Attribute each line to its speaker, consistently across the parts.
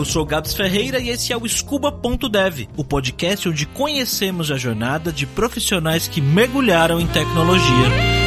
Speaker 1: sou o Gabs Ferreira e esse é o Scuba.dev, o podcast onde conhecemos a jornada de profissionais que mergulharam em tecnologia.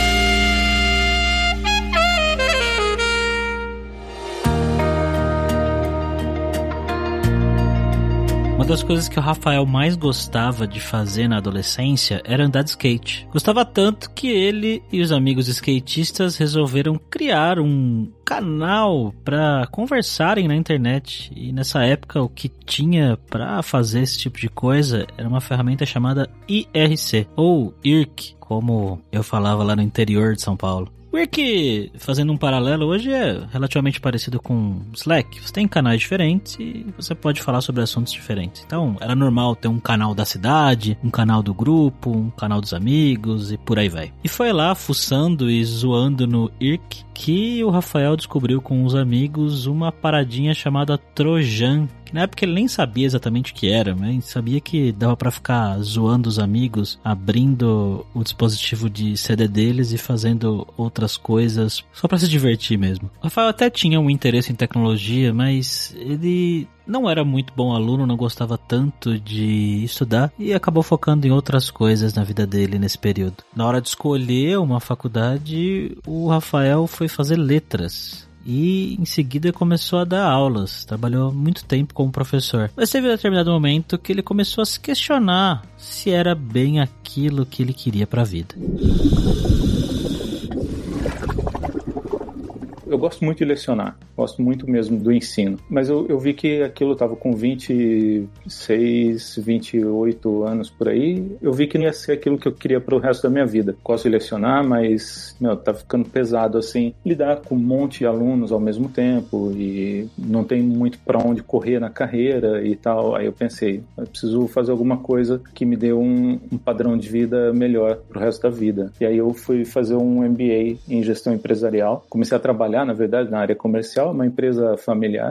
Speaker 1: Uma das coisas que o Rafael mais gostava de fazer na adolescência era andar de skate. Gostava tanto que ele e os amigos skatistas resolveram criar um canal para conversarem na internet. E nessa época o que tinha para fazer esse tipo de coisa era uma ferramenta chamada IRC, ou IRC, como eu falava lá no interior de São Paulo. O IRC, fazendo um paralelo, hoje é relativamente parecido com Slack. Você tem canais diferentes e você pode falar sobre assuntos diferentes. Então, era normal ter um canal da cidade, um canal do grupo, um canal dos amigos e por aí vai. E foi lá, fuçando e zoando no IRC, que o Rafael descobriu com os amigos uma paradinha chamada Trojan. Que na época ele nem sabia exatamente o que era, mas sabia que dava pra ficar zoando os amigos, abrindo o dispositivo de CD deles e fazendo outras coisas só pra se divertir mesmo. O Rafael até tinha um interesse em tecnologia, mas ele não era muito bom aluno, não gostava tanto de estudar e acabou focando em outras coisas na vida dele nesse período. Na hora de escolher uma faculdade, o Rafael foi fazer letras. E em seguida começou a dar aulas, trabalhou muito tempo como professor. Mas teve um determinado momento que ele começou a se questionar se era bem aquilo que ele queria para a vida.
Speaker 2: Eu gosto muito de lecionar, gosto muito mesmo do ensino, mas eu vi que aquilo estava com 26, 28 anos por aí, eu vi que não ia ser aquilo que eu queria para o resto da minha vida. Gosto de lecionar, mas tá ficando pesado assim, lidar com um monte de alunos ao mesmo tempo e não tem muito para onde correr na carreira e tal. Aí eu pensei, eu preciso fazer alguma coisa que me dê um padrão de vida melhor para o resto da vida. E aí eu fui fazer um MBA em gestão empresarial, comecei a trabalhar na verdade, na área comercial, uma empresa familiar,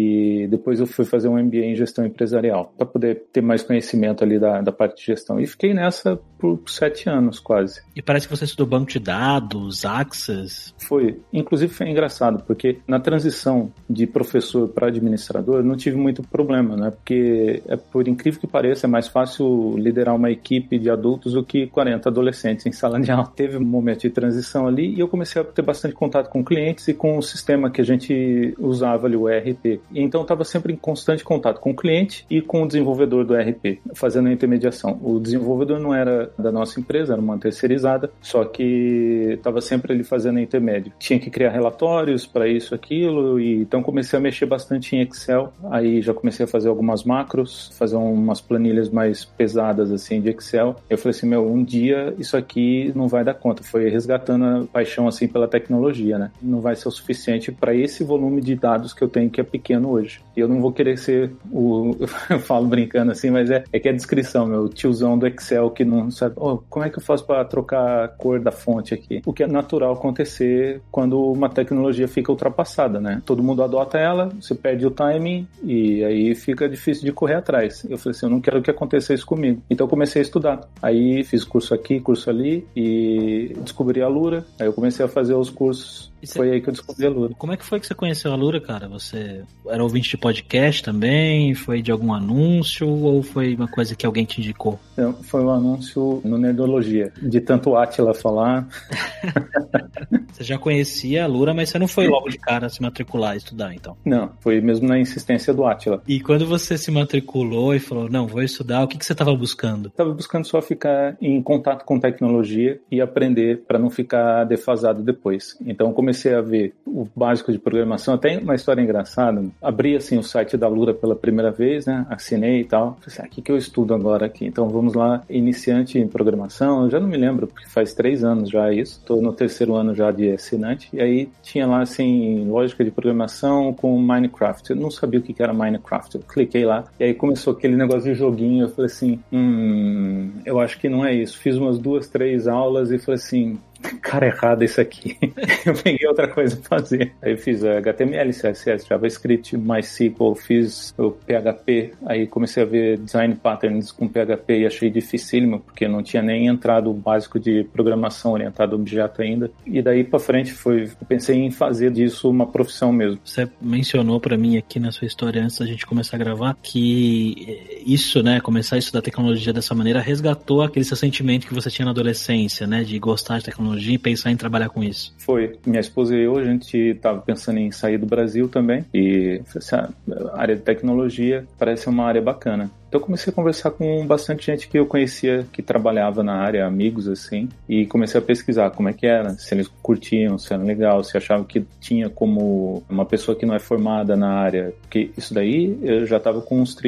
Speaker 2: e depois eu fui fazer um MBA em gestão empresarial, para poder ter mais conhecimento ali da parte de gestão. E fiquei nessa por 7 anos, quase.
Speaker 1: E parece que você estudou banco de dados, Access.
Speaker 2: Foi. Inclusive foi engraçado, porque na transição de professor para administrador, eu não tive muito problema, né? Porque, por incrível que pareça, é mais fácil liderar uma equipe de adultos do que 40 adolescentes em sala de aula. Teve um momento de transição ali e eu comecei a ter bastante contato com clientes e com o sistema que a gente usava ali, o ERP. E então eu estava sempre em constante contato com o cliente e com o desenvolvedor do ERP, fazendo a intermediação. O desenvolvedor não era da nossa empresa, era uma terceirizada, só que estava sempre ali fazendo a intermédio. Tinha que criar relatórios para isso, aquilo, e então comecei a mexer bastante em Excel. Aí já comecei a fazer algumas macros, fazer umas planilhas mais pesadas assim de Excel. Eu falei assim, um dia isso aqui não vai dar conta. Foi resgatando a paixão assim pela tecnologia, né? Não vai ser o suficiente para esse volume de dados que eu tenho, que é pequeno hoje. E eu não vou querer ser eu falo brincando assim, mas é que é a descrição, meu tiozão do Excel que não sabe, como é que eu faço para trocar a cor da fonte aqui? O que é natural acontecer quando uma tecnologia fica ultrapassada, né? Todo mundo adota ela, você perde o timing e aí fica difícil de correr atrás. Eu falei assim, eu não quero que aconteça isso comigo. Então eu comecei a estudar. Aí fiz curso aqui, curso ali e descobri a Lura. Aí eu comecei a fazer os cursos. Foi aí que eu descobri a Lura.
Speaker 1: Como é que foi que você conheceu a Lura, cara? Você era ouvinte de podcast também? Foi de algum anúncio? Ou foi uma coisa que alguém te indicou?
Speaker 2: Não, foi um anúncio no Nerdologia. De tanto Átila falar.
Speaker 1: Você já conhecia a Lura, mas você não foi logo de cara se matricular e estudar, então?
Speaker 2: Não, foi mesmo na insistência do Átila.
Speaker 1: E quando você se matriculou e falou, não, vou estudar, o que você estava buscando?
Speaker 2: Estava buscando só ficar em contato com tecnologia e aprender para não ficar defasado depois. Então comecei a ver o básico de programação. Até uma história engraçada. Abri assim o site da Lura pela primeira vez, né? Assinei e tal. Falei assim, o que eu estudo agora aqui? Então vamos lá, iniciante em programação. Eu já não me lembro, porque faz 3 anos já isso. Estou no 3º ano já de assinante. E aí tinha lá assim, lógica de programação com Minecraft. Eu não sabia o que era Minecraft. Eu cliquei lá e aí começou aquele negócio de joguinho. Eu falei assim, eu acho que não é isso. Fiz umas 2, 3 aulas e falei assim, cara, errado isso aqui. Eu peguei outra coisa pra fazer. Aí eu fiz HTML, CSS, JavaScript, MySQL, fiz o PHP, aí comecei a ver design patterns com PHP e achei dificílimo, porque não tinha nem entrado o básico de programação orientada a objeto ainda. E daí pra frente eu pensei em fazer disso uma profissão mesmo.
Speaker 1: Você mencionou pra mim aqui na sua história, antes da gente começar a gravar, que isso, né, começar a estudar tecnologia dessa maneira resgatou aquele seu sentimento que você tinha na adolescência, né, de gostar de tecnologia e pensar em trabalhar com isso.
Speaker 2: Foi. Minha esposa e eu, a gente estava pensando em sair do Brasil também, e essa área de tecnologia parece uma área bacana. Então eu comecei a conversar com bastante gente que eu conhecia, que trabalhava na área, amigos assim, e comecei a pesquisar como é que era, se eles curtiam, se era legal, se achavam que tinha como uma pessoa que não é formada na área, porque isso daí eu já estava com uns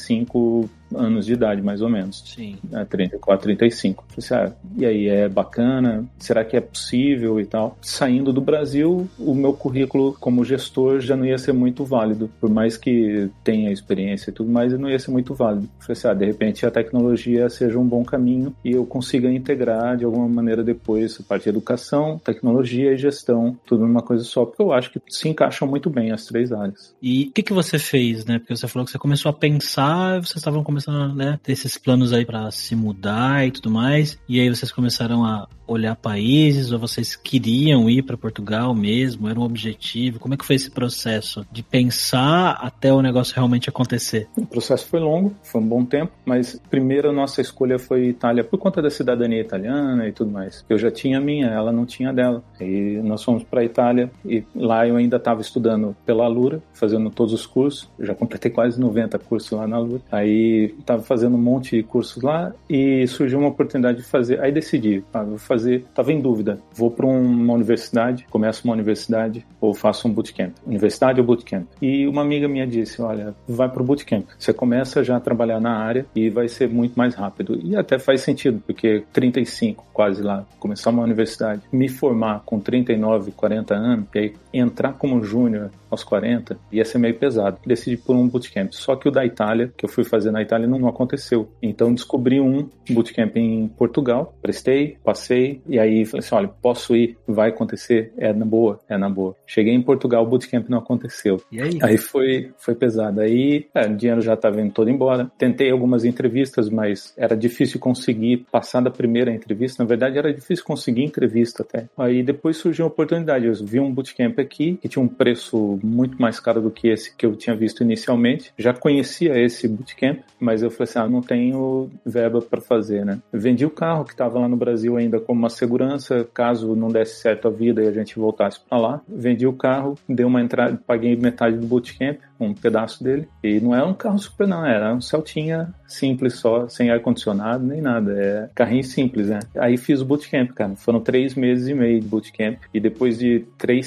Speaker 2: 35 anos de idade, mais ou menos.
Speaker 1: Sim.
Speaker 2: 34, 35. Falei assim, e aí, é bacana? Será que é possível e tal? Saindo do Brasil, o meu currículo como gestor já não ia ser muito válido. Por mais que tenha experiência e tudo mais, não ia ser muito válido. Falei assim, de repente a tecnologia seja um bom caminho e eu consiga integrar de alguma maneira depois a parte de educação, tecnologia e gestão, tudo numa coisa só, porque eu acho que se encaixam muito bem as três áreas.
Speaker 1: E o que você fez, né? Porque você falou que você começou a pensar, vocês estavam começando a, né, ter esses planos aí pra se mudar e tudo mais, e aí vocês começaram a olhar países, ou vocês queriam ir para Portugal mesmo, era um objetivo? Como é que foi esse processo de pensar até o negócio realmente acontecer?
Speaker 2: O processo foi longo, foi um bom tempo, mas primeiro a nossa escolha foi Itália por conta da cidadania italiana e tudo mais. Eu já tinha a minha, ela não tinha a dela. E nós fomos para a Itália e lá eu ainda estava estudando pela Alura, fazendo todos os cursos. Eu já completei quase 90 cursos lá na Alura. Aí estava fazendo um monte de cursos lá e surgiu uma oportunidade de fazer. Aí decidi, vou fazer, estava em dúvida, vou para uma universidade, começo uma universidade ou faço um bootcamp. Universidade ou bootcamp? E uma amiga minha disse, olha, vai para o bootcamp. Você começa já a trabalhar na área e vai ser muito mais rápido. E até faz sentido, porque 35 quase lá, começar uma universidade, me formar com 39, 40 anos, e aí entrar como júnior aos 40, ia ser meio pesado. Decidi por um bootcamp. Só que o da Itália, que eu fui fazer na Itália, não aconteceu. Então descobri um bootcamp em Portugal, prestei, passei, e aí falei assim, olha, posso ir, vai acontecer, é na boa. Cheguei em Portugal, o bootcamp não aconteceu.
Speaker 1: E aí?
Speaker 2: Aí foi pesado. Aí o dinheiro já estava indo todo embora. Tentei algumas entrevistas, mas era difícil conseguir passar da primeira entrevista. Na verdade, era difícil conseguir entrevista até. Aí depois surgiu uma oportunidade. Eu vi um bootcamp aqui, que tinha um preço muito mais caro do que esse que eu tinha visto inicialmente. Já conhecia esse bootcamp, mas eu falei assim, não tenho verba para fazer, né? Eu vendi o carro que estava lá no Brasil ainda como uma segurança, caso não desse certo a vida e a gente voltasse para lá. Vendi o carro, dei uma entrada, paguei metade do bootcamp, um pedaço dele, e não era um carro super não, era um Celtinha simples só, sem ar-condicionado nem nada, é carrinho simples, né? Aí fiz o bootcamp, cara, foram 3 meses e meio de bootcamp, e depois de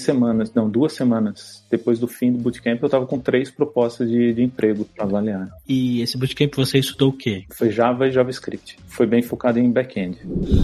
Speaker 2: 2 semanas, depois do fim do bootcamp, eu tava com 3 propostas de emprego para avaliar.
Speaker 1: E esse bootcamp você estudou o quê?
Speaker 2: Foi Java e JavaScript, foi bem focado em back-end.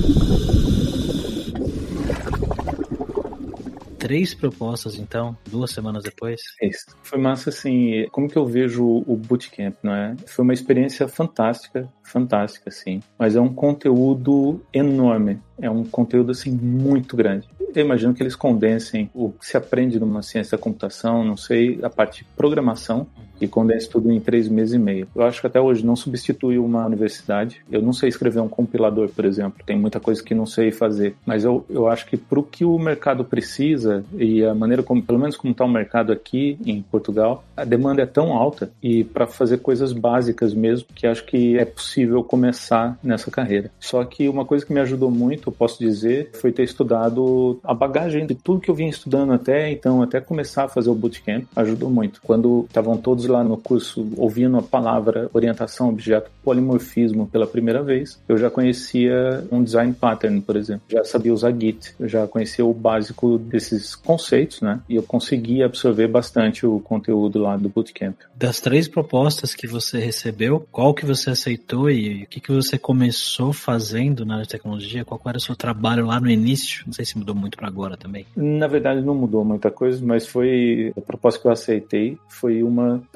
Speaker 1: 3 propostas, então, 2 semanas depois?
Speaker 2: Isso. Foi massa, assim, como que eu vejo o bootcamp, não é? Foi uma experiência fantástica, assim, mas é um conteúdo enorme, é um conteúdo, assim, muito grande. Eu imagino que eles condensem o que se aprende numa ciência da computação, não sei, a parte de programação, e condense tudo em 3 meses e meio. Eu acho que até hoje não substitui uma universidade. Eu não sei escrever um compilador, por exemplo. Tem muita coisa que não sei fazer. Mas eu acho que pro que o mercado precisa e a maneira como, pelo menos como está o mercado aqui em Portugal, a demanda é tão alta e para fazer coisas básicas mesmo, que acho que é possível começar nessa carreira. Só que uma coisa que me ajudou muito, eu posso dizer, foi ter estudado a bagagem de tudo que eu vinha estudando até então, até começar a fazer o bootcamp, ajudou muito. Quando estavam todos lá no curso ouvindo a palavra orientação, objeto, polimorfismo pela primeira vez, eu já conhecia um design pattern, por exemplo. Já sabia usar Git, eu já conhecia o básico desses conceitos, né? E eu consegui absorver bastante o conteúdo lá do bootcamp.
Speaker 1: Das 3 propostas que você recebeu, qual que você aceitou e o que você começou fazendo na área de tecnologia? Qual era o seu trabalho lá no início? Não sei se mudou muito para agora também.
Speaker 2: Na verdade, não mudou muita coisa, mas foi a proposta que eu aceitei foi uma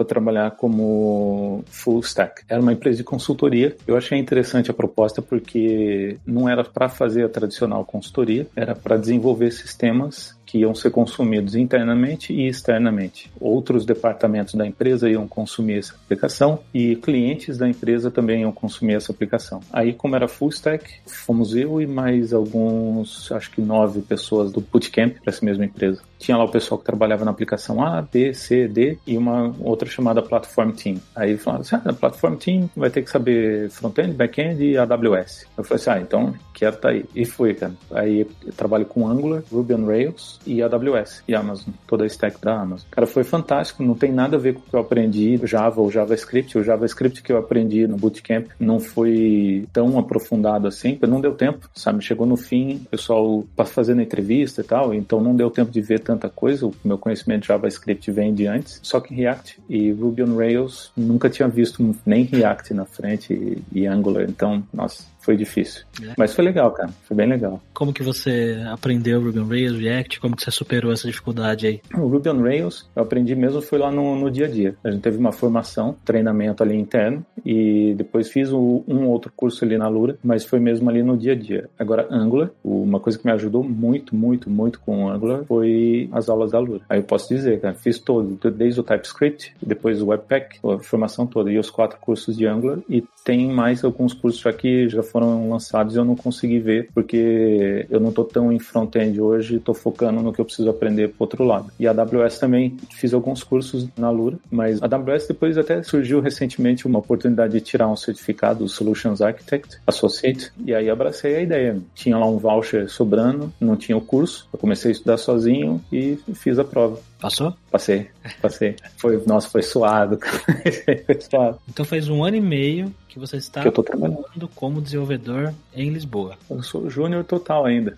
Speaker 2: para trabalhar como full stack. Era uma empresa de consultoria. Eu achei interessante a proposta porque não era para fazer a tradicional consultoria, era para desenvolver sistemas que iam ser consumidos internamente e externamente. Outros departamentos da empresa iam consumir essa aplicação e clientes da empresa também iam consumir essa aplicação. Aí, como era full stack, fomos eu e mais alguns, acho que 9 pessoas do bootcamp para essa mesma empresa. Tinha lá o pessoal que trabalhava na aplicação A, B, C, D e uma outra chamada Platform Team. Aí falaram assim, a Platform Team vai ter que saber front-end, back-end e AWS. Eu falei assim, então quero tá aí. E fui, cara. Aí eu trabalho com Angular, Ruby on Rails e AWS e Amazon, toda a stack da Amazon. Cara, foi fantástico, não tem nada a ver com o que eu aprendi Java ou JavaScript. O JavaScript que eu aprendi no bootcamp não foi tão aprofundado assim, porque não deu tempo, sabe? Chegou no fim, o pessoal fazendo entrevista e tal, então não deu tempo de ver tanta coisa. O meu conhecimento de JavaScript vem de antes, só que React e Ruby on Rails nunca tinha visto nem React na frente e Angular, então, nossa, foi difícil. Mas foi legal, cara. Foi bem legal.
Speaker 1: Como que você aprendeu Ruby on Rails, React? Como que você superou essa dificuldade aí?
Speaker 2: O Ruby on Rails, eu aprendi mesmo, foi lá no dia a dia. A gente teve uma formação, treinamento ali interno, e depois fiz um outro curso ali na Lura, mas foi mesmo ali no dia a dia. Agora, Angular, uma coisa que me ajudou muito, muito, muito com o Angular foi as aulas da Lura. Aí eu posso dizer, cara, fiz todo, desde o TypeScript, depois o Webpack, a formação toda, e os 4 cursos de Angular, e tem mais alguns cursos já que já foram lançados e eu não consegui ver, porque eu não tô tão em front-end hoje, tô focando no que eu preciso aprender pro outro lado. E a AWS também, fiz alguns cursos na Lura, mas a AWS depois até surgiu recentemente uma oportunidade de tirar um certificado, o Solutions Architect Associate, e aí abracei a ideia. Tinha lá um voucher sobrando, não tinha o curso, eu comecei a estudar sozinho e fiz a prova.
Speaker 1: Passou?
Speaker 2: Passei. Nossa, foi suado. Foi suado.
Speaker 1: Então faz 1 ano e meio que você está trabalhando como desenvolvedor em Lisboa.
Speaker 2: Eu sou júnior total ainda.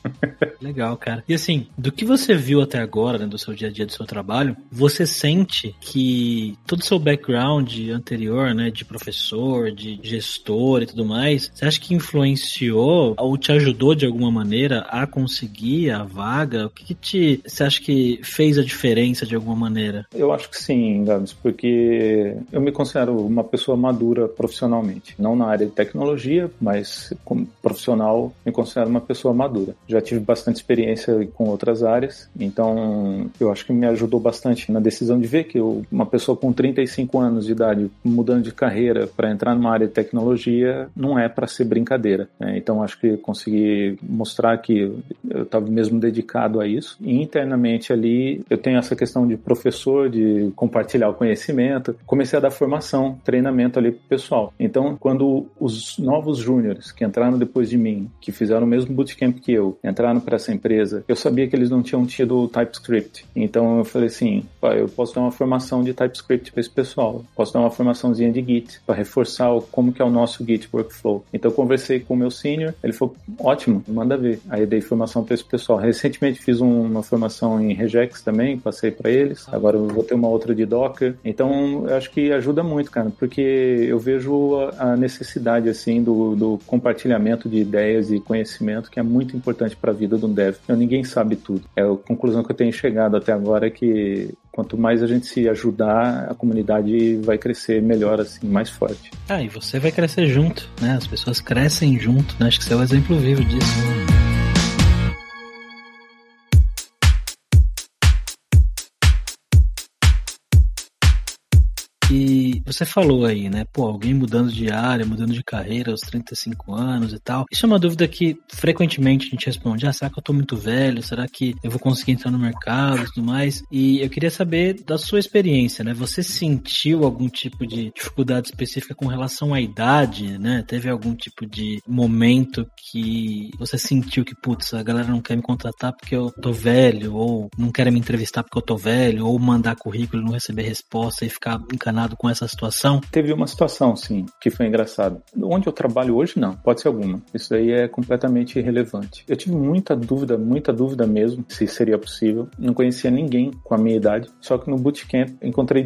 Speaker 1: Legal, cara. E assim, do que você viu até agora, né, do seu dia a dia, do seu trabalho, você sente que todo o seu background anterior, né, de professor, de gestor e tudo mais, você acha que influenciou ou te ajudou de alguma maneira a conseguir a vaga? O que você acha que fez a diferença de alguma maneira?
Speaker 2: Eu acho que sim, Gabs, porque eu me considero uma pessoa madura profissionalmente. Não na área de tecnologia, mas como profissional, me considero uma pessoa madura. Já tive bastante experiência com outras áreas, então eu acho que me ajudou bastante na decisão de ver que uma pessoa com 35 anos de idade mudando de carreira para entrar numa área de tecnologia não é para ser brincadeira, né? Então acho que consegui mostrar que eu estava mesmo dedicado a isso, e internamente ali eu tenho essa questão de professor, de compartilhar o conhecimento, comecei a dar formação, treinamento ali pro pessoal. Então quando os novos júniores que entraram depois de mim, que fizeram o mesmo bootcamp que eu, entraram para essa empresa, eu sabia que eles não tinham tido TypeScript. Então eu falei assim, eu posso dar uma formação de TypeScript para esse pessoal, posso dar uma formaçãozinha de Git para reforçar como que é o nosso Git workflow. Então eu conversei com o meu senior, ele falou, ótimo, manda ver. Aí eu dei formação para esse pessoal. Recentemente fiz uma formação em Regex também, passei para eles. Agora eu vou ter uma outra de Docker. Então eu acho que ajuda muito, cara, porque eu vejo a necessidade assim do compartilhamento de ideias e conhecimento, que é muito importante para a vida de um dev. Ninguém sabe tudo. A conclusão que eu tenho chegado até agora é que quanto mais a gente se ajudar, a comunidade vai crescer melhor, assim, mais forte.
Speaker 1: E você vai crescer junto, né? As pessoas crescem junto, né? Acho que você é um exemplo vivo disso. E você falou aí, né? Alguém mudando de área, mudando de carreira aos 35 anos e tal. Isso é uma dúvida que frequentemente a gente responde. Será que eu tô muito velho? Será que eu vou conseguir entrar no mercado e tudo mais? E eu queria saber da sua experiência, né? Você sentiu algum tipo de dificuldade específica com relação à idade, né? Teve algum tipo de momento que você sentiu que, a galera não quer me contratar porque eu tô velho, ou não quer me entrevistar porque eu tô velho, ou mandar currículo e não receber resposta e ficar encanado com essa situação?
Speaker 2: Teve uma situação, sim, que foi engraçada. Onde eu trabalho hoje, não. Pode ser alguma. Isso aí é completamente irrelevante. Eu tive muita dúvida mesmo, se seria possível. Não conhecia ninguém com a minha idade. Só que no bootcamp encontrei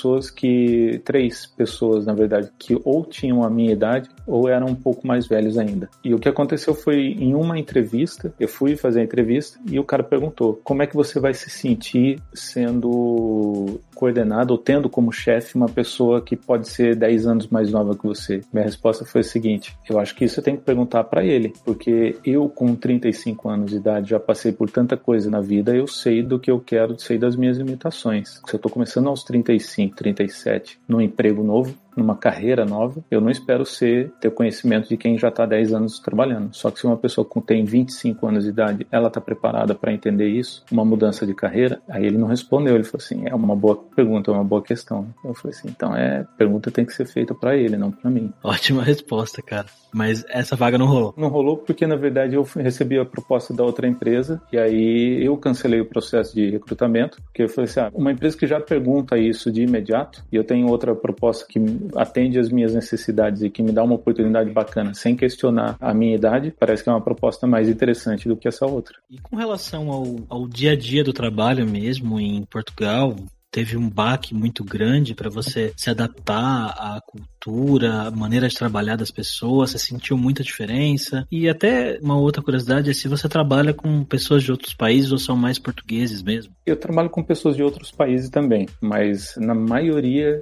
Speaker 2: 3 pessoas, na verdade, que ou tinham a minha idade ou eram um pouco mais velhos ainda. E o que aconteceu foi, em uma entrevista, eu fui fazer a entrevista e o cara perguntou, como é que você vai se sentir sendo coordenado ou tendo como chefe uma pessoa que pode ser 10 anos mais nova que você? Minha resposta foi a seguinte: eu acho que isso eu tenho que perguntar para ele, porque eu com 35 anos de idade já passei por tanta coisa na vida, eu sei do que eu quero, sei das minhas limitações. Se eu tô começando aos 35, 37, num emprego novo, numa carreira nova, eu não espero ter conhecimento de quem já está há 10 anos trabalhando. Só que se uma pessoa tem 25 anos de idade, ela está preparada para entender isso, uma mudança de carreira, aí ele não respondeu, ele falou assim, é uma boa pergunta, é uma boa questão. Eu falei assim, então a pergunta tem que ser feita para ele, não para mim.
Speaker 1: Ótima resposta, cara. Mas essa vaga não rolou?
Speaker 2: Não rolou porque, na verdade, eu recebi a proposta da outra empresa e aí eu cancelei o processo de recrutamento, porque eu falei assim, uma empresa que já pergunta isso de imediato e eu tenho outra proposta que atende às minhas necessidades e que me dá uma oportunidade bacana sem questionar a minha idade, parece que é uma proposta mais interessante do que essa outra.
Speaker 1: E com relação ao dia a dia do trabalho mesmo em Portugal, teve um baque muito grande para você se adaptar à cultura, à maneira de trabalhar das pessoas? Você sentiu muita diferença? E até uma outra curiosidade é se você trabalha com pessoas de outros países ou são mais portugueses mesmo?
Speaker 2: Eu trabalho com pessoas de outros países também, mas a maioria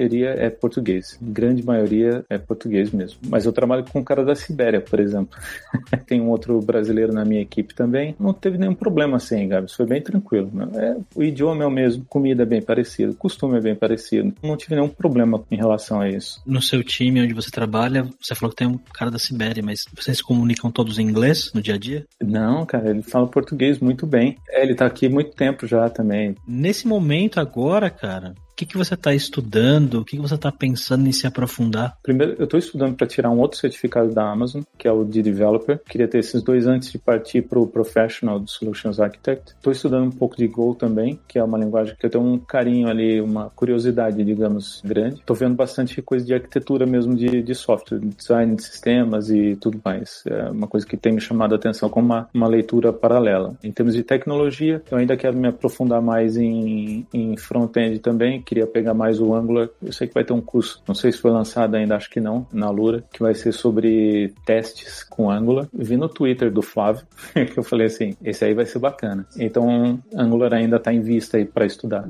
Speaker 2: é português. Grande maioria é português mesmo. Mas eu trabalho com um cara da Sibéria, por exemplo. Tem um outro brasileiro na minha equipe também. Não teve nenhum problema assim, Gabs. Foi bem tranquilo. O idioma é o mesmo, comida é bem parecido, costume é bem parecido. Não tive nenhum problema em relação a isso.
Speaker 1: No seu time onde você trabalha, você falou que tem um cara da Sibéria, mas vocês se comunicam todos em inglês no dia a dia?
Speaker 2: Não, cara, ele fala português muito bem. Ele tá aqui há muito tempo já também.
Speaker 1: Nesse momento agora, cara, o que você está estudando? O que você está pensando em se aprofundar?
Speaker 2: Primeiro, eu estou estudando para tirar um outro certificado da Amazon, que é o de Developer. Queria ter esses 2 antes de partir para o Professional Solutions Architect. Estou estudando um pouco de Go também, que é uma linguagem que eu tenho um carinho ali, uma curiosidade, digamos, grande. Estou vendo bastante coisa de arquitetura mesmo de software, design de sistemas e tudo mais. É uma coisa que tem me chamado a atenção como uma leitura paralela. Em termos de tecnologia, eu ainda quero me aprofundar mais em front-end também. Queria pegar mais o Angular. Eu sei que vai ter um curso, não sei se foi lançado ainda, acho que não, na Alura, que vai ser sobre testes com Angular. Eu vi no Twitter do Flávio, que eu falei assim, esse aí vai ser bacana. Então, Angular ainda está em vista aí para estudar.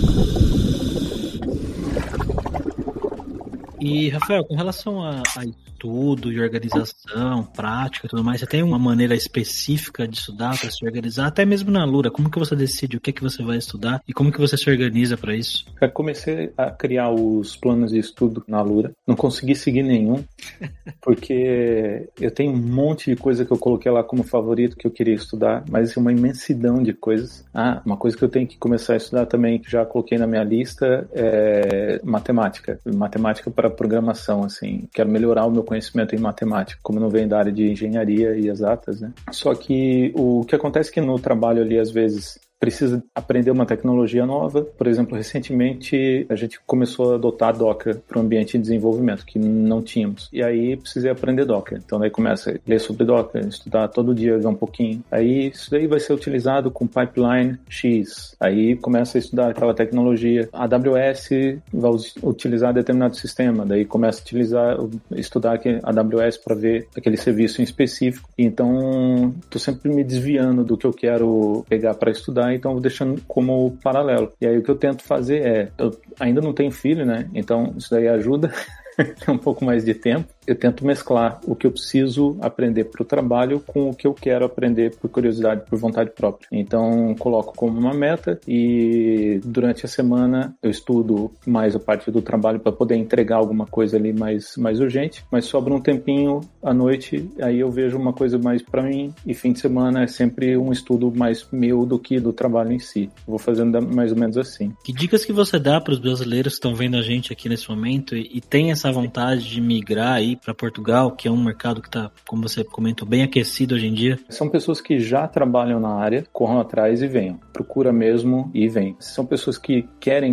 Speaker 1: E, Rafael, com relação a estudo e organização, prática e tudo mais, você tem uma maneira específica de estudar para se organizar? Até mesmo na Alura, como que você decide o que você vai estudar e como que você se organiza para isso?
Speaker 2: Eu comecei a criar os planos de estudo na Alura, não consegui seguir nenhum, porque eu tenho um monte de coisa que eu coloquei lá como favorito que eu queria estudar, mas é uma imensidão de coisas. Uma coisa que eu tenho que começar a estudar também, que já coloquei na minha lista, é matemática para programação, assim. Quero melhorar o meu conhecimento em matemática, como não vem da área de engenharia e exatas, né? Só que o que acontece é que no trabalho ali, às vezes, precisa aprender uma tecnologia nova. Por exemplo, recentemente a gente começou a adotar Docker para o ambiente de desenvolvimento, que não tínhamos. E aí precisei aprender Docker. Então daí começa a ler sobre Docker, estudar todo dia, ver um pouquinho. Aí isso daí vai ser utilizado com pipeline X. Aí começa a estudar aquela tecnologia. A AWS vai utilizar determinado sistema. Daí começa a estudar a AWS para ver aquele serviço em específico. Então estou sempre me desviando do que eu quero pegar para estudar, então vou deixando como paralelo. E aí o que eu tento fazer eu ainda não tenho filho, né? Então isso daí ajuda. Tem um pouco mais de tempo. Eu tento mesclar o que eu preciso aprender para o trabalho com o que eu quero aprender por curiosidade, por vontade própria. Então, coloco como uma meta e durante a semana eu estudo mais a parte do trabalho para poder entregar alguma coisa ali mais urgente, mas sobra um tempinho à noite, aí eu vejo uma coisa mais para mim e fim de semana é sempre um estudo mais meu do que do trabalho em si. Vou fazendo mais ou menos assim.
Speaker 1: Que dicas que você dá para os brasileiros que estão vendo a gente aqui nesse momento e tem essa vontade de migrar aí para Portugal, que é um mercado que está, como você comentou, bem aquecido hoje em dia?
Speaker 2: São pessoas que já trabalham na área, corram atrás e venham. Procura mesmo e vem. São pessoas que querem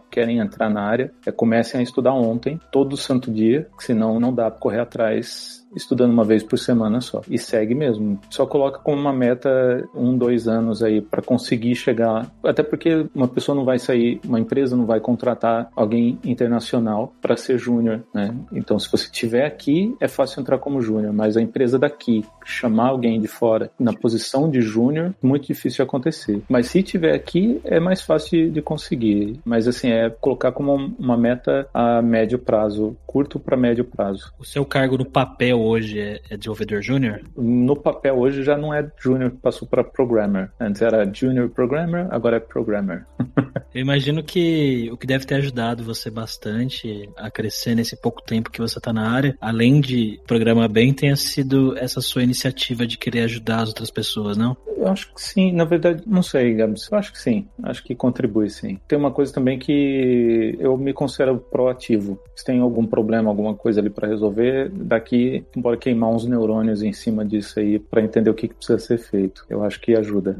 Speaker 2: entrar na área, comecem a estudar ontem, todo santo dia, senão não dá para correr atrás estudando uma vez por semana só. E segue mesmo. Só coloca como uma meta 1-2 anos aí para conseguir chegar. Até porque uma pessoa não vai sair, uma empresa não vai contratar alguém internacional para ser júnior, né? Então, se você estiver aqui, é fácil entrar como júnior, mas a empresa daqui chamar alguém de fora na posição de júnior, muito difícil de acontecer. Mas se tiver aqui, é mais fácil de conseguir. Mas assim, é colocar como uma meta a médio prazo, curto para médio prazo.
Speaker 1: O seu cargo no papel hoje é desenvolvedor júnior?
Speaker 2: No papel hoje já não é júnior, passou para programmer. Antes era junior programmer, agora é programmer.
Speaker 1: Eu imagino que o que deve ter ajudado você bastante a crescer nesse pouco tempo que você está na área, além de programar bem, tenha sido essa sua iniciativa de querer ajudar as outras pessoas, não?
Speaker 2: Eu acho que sim, na verdade, não sei, Gabs, eu acho que sim, acho que contribui sim. Tem uma coisa também que eu me considero proativo. Se tem algum problema, alguma coisa ali para resolver, daqui, bora queimar uns neurônios em cima disso aí para entender o que precisa ser feito. Eu acho que ajuda.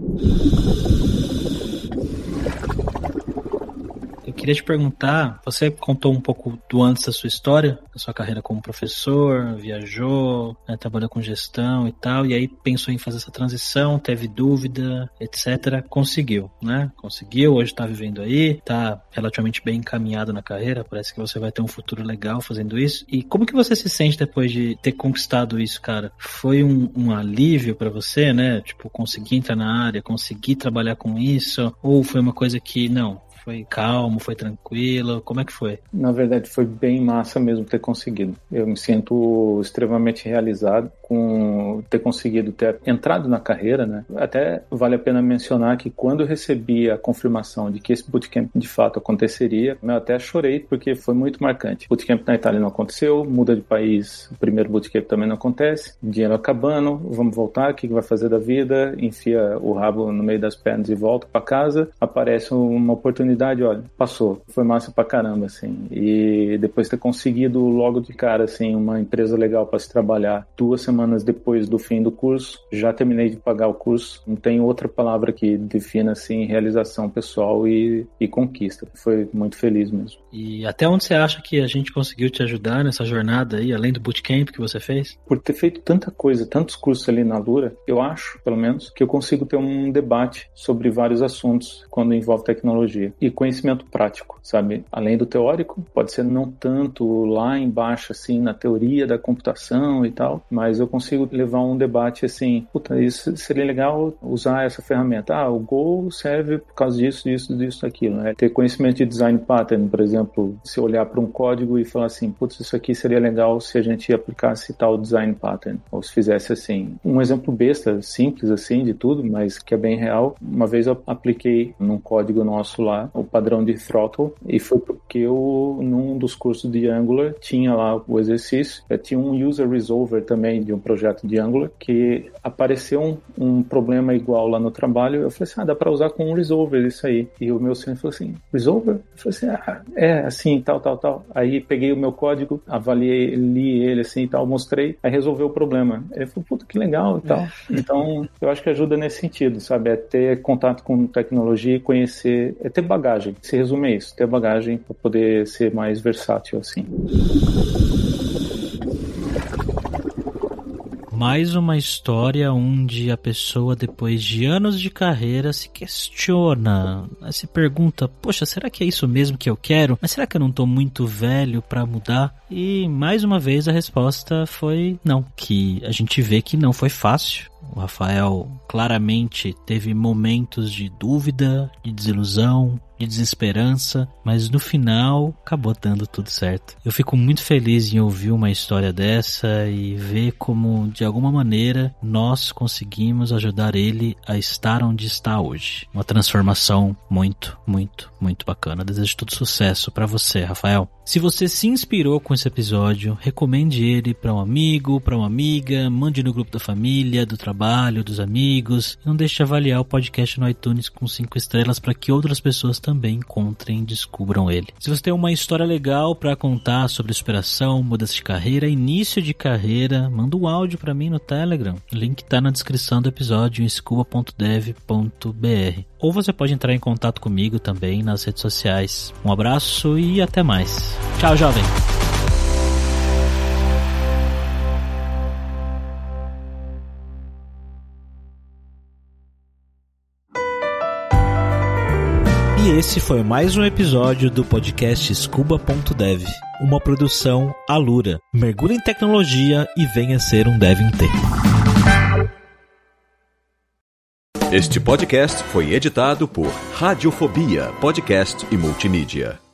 Speaker 1: Queria te perguntar, você contou um pouco do antes da sua história, da sua carreira como professor, viajou, né, trabalhou com gestão e tal, e aí pensou em fazer essa transição, teve dúvida, etc. Conseguiu, né? Conseguiu, hoje tá vivendo aí, tá relativamente bem encaminhado na carreira, parece que você vai ter um futuro legal fazendo isso. E como que você se sente depois de ter conquistado isso, cara? Foi um alívio pra você, né? Tipo, conseguir entrar na área, conseguir trabalhar com isso, ou foi uma coisa que, não, foi calmo, foi tranquilo? Como é que foi?
Speaker 2: Na verdade, foi bem massa mesmo ter conseguido. Eu me sinto extremamente realizado com ter conseguido ter entrado na carreira, né? Até vale a pena mencionar que quando eu recebi a confirmação de que esse bootcamp de fato aconteceria, eu até chorei porque foi muito marcante. O bootcamp na Itália não aconteceu, muda de país, o primeiro bootcamp também não acontece, dinheiro acabando, vamos voltar, o que vai fazer da vida? Enfia o rabo no meio das pernas e volta para casa, aparece uma oportunidade, olha, passou, foi massa pra caramba, assim, e depois ter conseguido logo de cara, assim, uma empresa legal para se trabalhar 2 semanas depois do fim do curso, já terminei de pagar o curso, não tem outra palavra que defina, assim, realização pessoal e conquista, foi muito feliz mesmo.
Speaker 1: E até onde você acha que a gente conseguiu te ajudar nessa jornada aí, além do bootcamp que você fez?
Speaker 2: Por ter feito tanta coisa, tantos cursos ali na Lura, eu acho, pelo menos, que eu consigo ter um debate sobre vários assuntos quando envolve tecnologia. E conhecimento prático, sabe? Além do teórico, pode ser não tanto lá embaixo, assim, na teoria da computação e tal, mas eu consigo levar um debate assim, puta, isso seria legal usar essa ferramenta. Ah, o Go serve por causa disso, aquilo, né? Ter conhecimento de design pattern, por exemplo, se olhar para um código e falar assim, putz, isso aqui seria legal se a gente aplicasse tal design pattern, ou se fizesse assim. Um exemplo besta, simples assim, de tudo, mas que é bem real. Uma vez eu apliquei num código nosso lá, o padrão de throttle, e foi porque eu, num dos cursos de Angular, tinha lá o exercício, tinha um user resolver também de um projeto de Angular, que apareceu um problema igual lá no trabalho, eu falei assim, dá pra usar com um resolver isso aí. E o meu sênior falou assim, resolver? Eu falei assim, assim, tal. Aí peguei o meu código, avaliei, li ele assim e tal, mostrei, aí resolveu o problema. Ele falou, puta, que legal e tal. Então, eu acho que ajuda nesse sentido, sabe? É ter contato com tecnologia e conhecer, é ter bagagem. Se resume a isso, ter bagagem para poder ser mais versátil assim.
Speaker 1: Mais uma história onde a pessoa, depois de anos de carreira, se questiona, se pergunta, poxa, será que é isso mesmo que eu quero? Mas será que eu não tô muito velho pra mudar? E mais uma vez a resposta foi não, que a gente vê que não foi fácil. O Rafael claramente teve momentos de dúvida, de desilusão, de desesperança, mas no final acabou dando tudo certo. Eu fico muito feliz em ouvir uma história dessa e ver como, de alguma maneira, nós conseguimos ajudar ele a estar onde está hoje. Uma transformação muito, muito, muito bacana. Desejo todo sucesso para você, Rafael. Se você se inspirou com esse episódio, recomende ele para um amigo, para uma amiga, mande no grupo da família, do trabalho, dos amigos. E não deixe de avaliar o podcast no iTunes com 5 estrelas para que outras pessoas também encontrem e descubram ele. Se você tem uma história legal para contar sobre superação, mudança de carreira, início de carreira, manda um áudio para mim no Telegram. O link está na descrição do episódio em scuba.dev.br. Ou você pode entrar em contato comigo também nas redes sociais. Um abraço e até mais. Tchau, jovem! E esse foi mais um episódio do podcast Scuba.dev, uma produção Alura. Mergulhe em tecnologia e venha ser um Dev em Tempo.
Speaker 3: Este podcast foi editado por Radiofobia, podcast e multimídia.